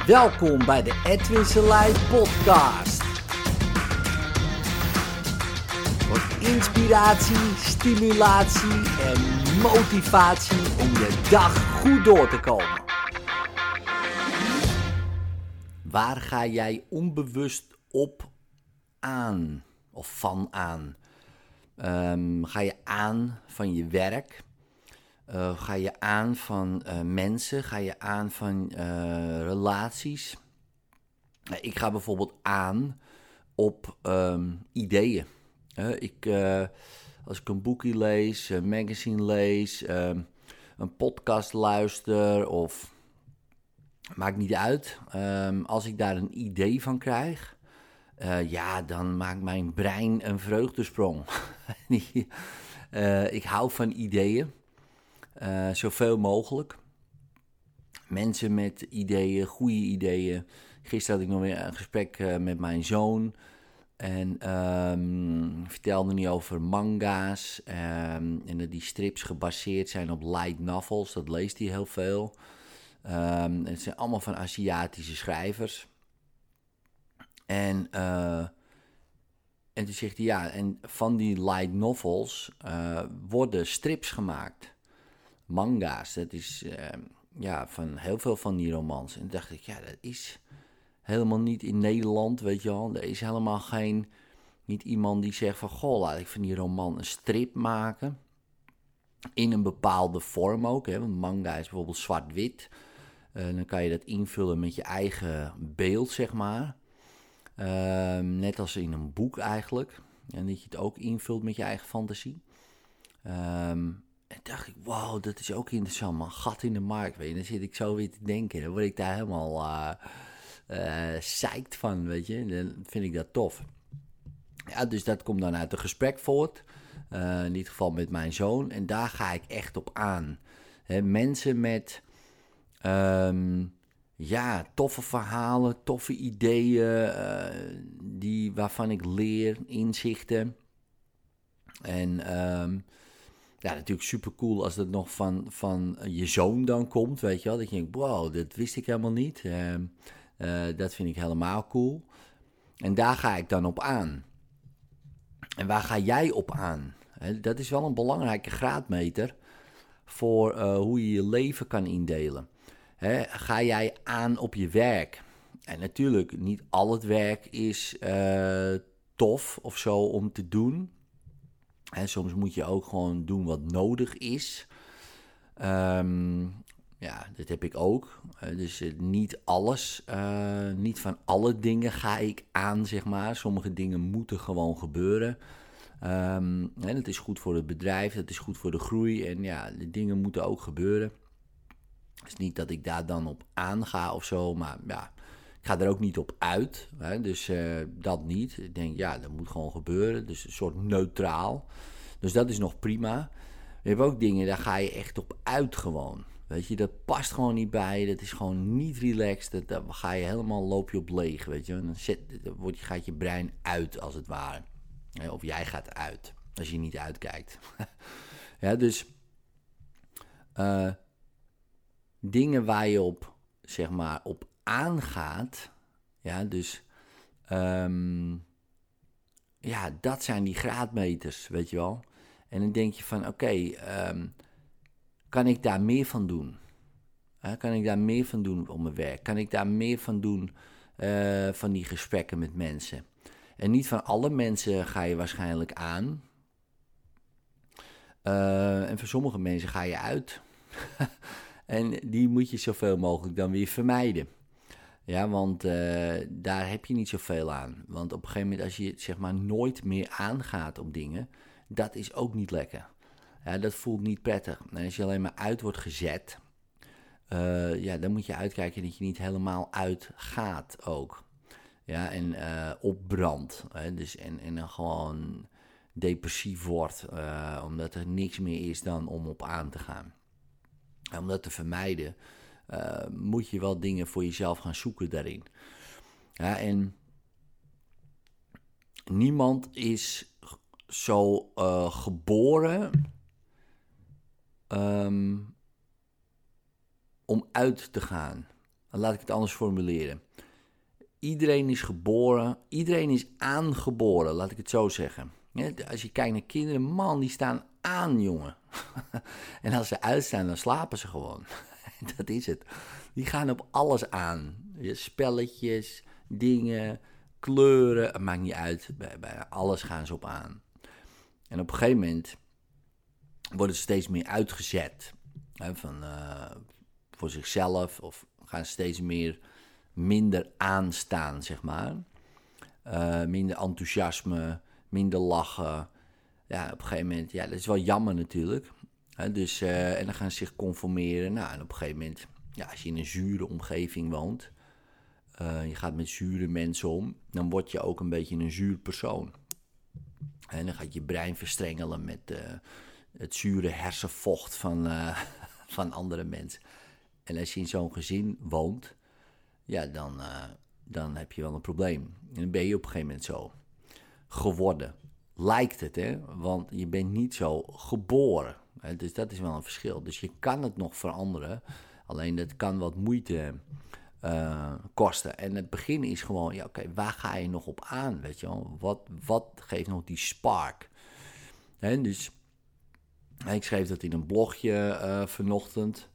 Welkom bij de Edwin Selei podcast. Voor inspiratie, stimulatie en motivatie om je dag goed door te komen. Waar ga jij onbewust op aan of van aan? Ga je aan van je werk? Ga je aan van mensen? Ga je aan van relaties? Ik ga bijvoorbeeld aan op ideeën. Als ik een boekje lees, een magazine lees, een podcast luister of... Maakt niet uit. Als ik daar een idee van krijg, dan maakt mijn brein een vreugdesprong. Ik hou van ideeën. Zoveel mogelijk. Mensen met ideeën, goede ideeën. Gisteren had ik nog weer een gesprek met mijn zoon. En vertelde niet over manga's. En dat die strips gebaseerd zijn op light novels. Dat leest hij heel veel. Het zijn allemaal van Aziatische schrijvers. En toen zegt hij, ja, en van die light novels worden strips gemaakt. Manga's, dat is van heel veel van die romans. En toen dacht ik, ja, dat is helemaal niet in Nederland, weet je wel. Er is helemaal niet iemand die zegt van, goh, laat ik van die roman een strip maken. In een bepaalde vorm ook, hè. Want manga is bijvoorbeeld zwart-wit. Dan kan je dat invullen met je eigen beeld, zeg maar. Net als in een boek eigenlijk. En dat je het ook invult met je eigen fantasie. En dacht ik, wow, dat is ook interessant, man. Gat in de markt, weet je. Dan zit ik zo weer te denken. Dan word ik daar helemaal psyched van, weet je. Dan vind ik dat tof. Ja, dus dat komt dan uit een gesprek voort. In dit geval met mijn zoon. En daar ga ik echt op aan. Mensen met... toffe verhalen, toffe ideeën, waarvan ik leer, inzichten. En natuurlijk super cool als dat nog van je zoon dan komt, weet je wel. Dat je denkt, wow, dat wist ik helemaal niet. Dat vind ik helemaal cool. En daar ga ik dan op aan. En waar ga jij op aan? Dat is wel een belangrijke graadmeter voor hoe je je leven kan indelen. Ga jij aan op je werk? En natuurlijk, niet al het werk is tof of zo om te doen. Soms moet je ook gewoon doen wat nodig is. Dat heb ik ook. Dus niet alles, niet van alle dingen ga ik aan, zeg maar. Sommige dingen moeten gewoon gebeuren. Dat is goed voor het bedrijf, dat is goed voor de groei. En ja, de dingen moeten ook gebeuren. Het is niet dat ik daar dan op aanga of zo, maar ja, ik ga er ook niet op uit. Dus dat niet. Ik denk, ja, dat moet gewoon gebeuren. Dus een soort neutraal. Dus dat is nog prima. Je hebt ook dingen, daar ga je echt op uit gewoon. Weet je, dat past gewoon niet bij. Dat is gewoon niet relaxed. Daar ga je helemaal, loop je op leeg, weet je. Dan gaat je brein uit, als het ware. Of jij gaat uit, als je niet uitkijkt. Ja, dus... dingen waar je op, zeg maar, op aangaat, ja, dus, dat zijn die graadmeters, weet je wel. En dan denk je van, oké, kan ik daar meer van doen? Kan ik daar meer van doen op mijn werk? Kan ik daar meer van doen van die gesprekken met mensen? En niet van alle mensen ga je waarschijnlijk aan. En voor sommige mensen ga je uit. En die moet je zoveel mogelijk dan weer vermijden. Ja, want daar heb je niet zoveel aan. Want op een gegeven moment, als je zeg maar nooit meer aangaat op dingen, dat is ook niet lekker. Ja, dat voelt niet prettig. En als je alleen maar uit wordt gezet, dan moet je uitkijken dat je niet helemaal uitgaat ook. Ja, en opbrandt. Dus, en dan gewoon depressief wordt, omdat er niks meer is dan om op aan te gaan. En om dat te vermijden, moet je wel dingen voor jezelf gaan zoeken daarin. Ja, en niemand is zo geboren om uit te gaan. Laat ik het anders formuleren. Iedereen is geboren, iedereen is aangeboren, laat ik het zo zeggen. Ja, als je kijkt naar kinderen, man, die staan aan, jongen. En als ze uitstaan, dan slapen ze gewoon. Dat is het. Die gaan op alles aan. Spelletjes, dingen, kleuren, het maakt niet uit. Bij alles gaan ze op aan. En op een gegeven moment worden ze steeds meer uitgezet. Voor zichzelf of gaan ze steeds minder aanstaan, zeg maar. Minder enthousiasme, minder lachen. Ja, op een gegeven moment, ja, dat is wel jammer natuurlijk. Dus, en dan gaan ze zich conformeren. Nou, en op een gegeven moment, ja, als je in een zure omgeving woont, je gaat met zure mensen om, dan word je ook een beetje een zuur persoon. En dan gaat je brein verstrengelen met het zure hersenvocht van andere mensen. En als je in zo'n gezin woont, ja, dan heb je wel een probleem. En dan ben je op een gegeven moment zo geworden. Lijkt het, hè? Want je bent niet zo geboren. Hè? Dus dat is wel een verschil. Dus je kan het nog veranderen. Alleen dat kan wat moeite kosten. En het begin is gewoon, ja, oké, waar ga je nog op aan? Weet je wel? Wat geeft nog die spark? Hè? Dus ik schreef dat in een blogje vanochtend.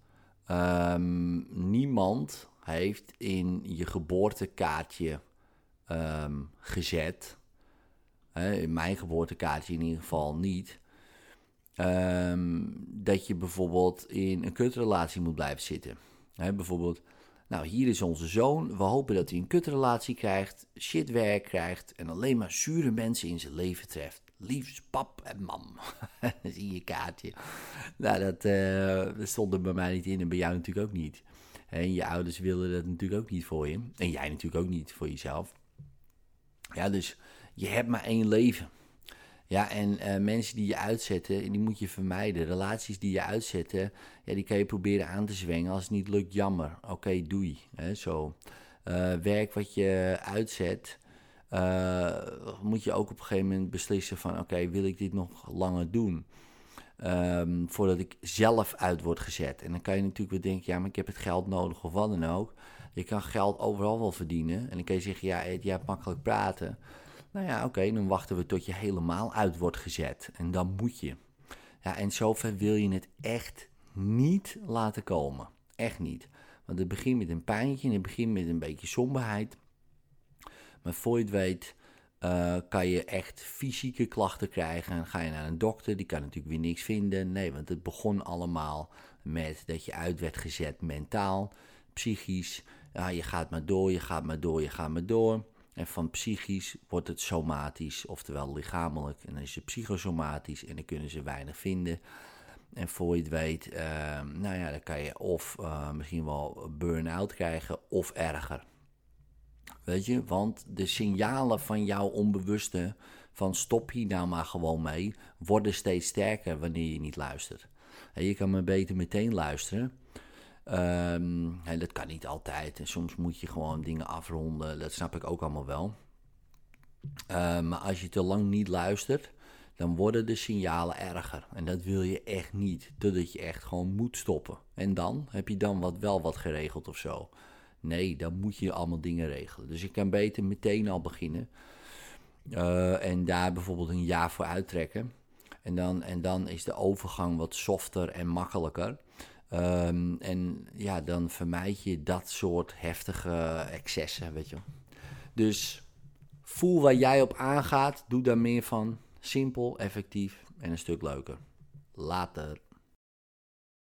Niemand heeft in je geboortekaartje gezet. In mijn geboortekaartje in ieder geval niet. Dat je bijvoorbeeld in een kutrelatie moet blijven zitten. Bijvoorbeeld, nou, hier is onze zoon. We hopen dat hij een kutrelatie krijgt, shitwerk krijgt en alleen maar zure mensen in zijn leven treft. Liefst pap en mam. Dat is in je kaartje. Nou, dat stond er bij mij niet in en bij jou natuurlijk ook niet. En je ouders wilden dat natuurlijk ook niet voor je. En jij natuurlijk ook niet voor jezelf. Ja, dus je hebt maar één leven. Ja, en mensen die je uitzetten, die moet je vermijden. Relaties die je uitzetten, ja, die kan je proberen aan te zwengen. Als het niet lukt, jammer. Oké, doei. Zo. Werk wat je uitzet, moet je ook op een gegeven moment beslissen van, oké, wil ik dit nog langer doen? Voordat ik zelf uit word gezet. En dan kan je natuurlijk weer denken, ja, maar ik heb het geld nodig of wat dan ook. Je kan geld overal wel verdienen. En dan kan je zeggen, ja, Ed, jij hebt makkelijk praten. Nou ja, oké, dan wachten we tot je helemaal uit wordt gezet. En dan moet je. Ja, en zover wil je het echt niet laten komen. Echt niet. Want het begint met een pijntje en het begint met een beetje somberheid. Maar voor je het weet, kan je echt fysieke klachten krijgen. En ga je naar een dokter, die kan natuurlijk weer niks vinden. Nee, want het begon allemaal met dat je uit werd gezet mentaal, psychisch. Ja, je gaat maar door, je gaat maar door, je gaat maar door. En van psychisch wordt het somatisch, oftewel lichamelijk. En dan is het psychosomatisch en dan kunnen ze weinig vinden. En voor je het weet, nou ja, dan kan je of misschien wel burn-out krijgen of erger. Weet je, want de signalen van jouw onbewuste, van stop hier nou maar gewoon mee, worden steeds sterker wanneer je niet luistert. En je kan maar beter meteen luisteren. En dat kan niet altijd. En soms moet je gewoon dingen afronden. Dat snap ik ook allemaal wel. Maar als je te lang niet luistert, dan worden de signalen erger. En dat wil je echt niet. Totdat je echt gewoon moet stoppen. En dan? Heb je dan wat geregeld of zo? Nee, dan moet je allemaal dingen regelen. Dus je kan beter meteen al beginnen. En daar bijvoorbeeld een jaar voor uittrekken. En dan is de overgang wat softer en makkelijker. En ja, dan vermijd je dat soort heftige excessen, weet je. Dus voel waar jij op aangaat. Doe daar meer van. Simpel, effectief en een stuk leuker. Later.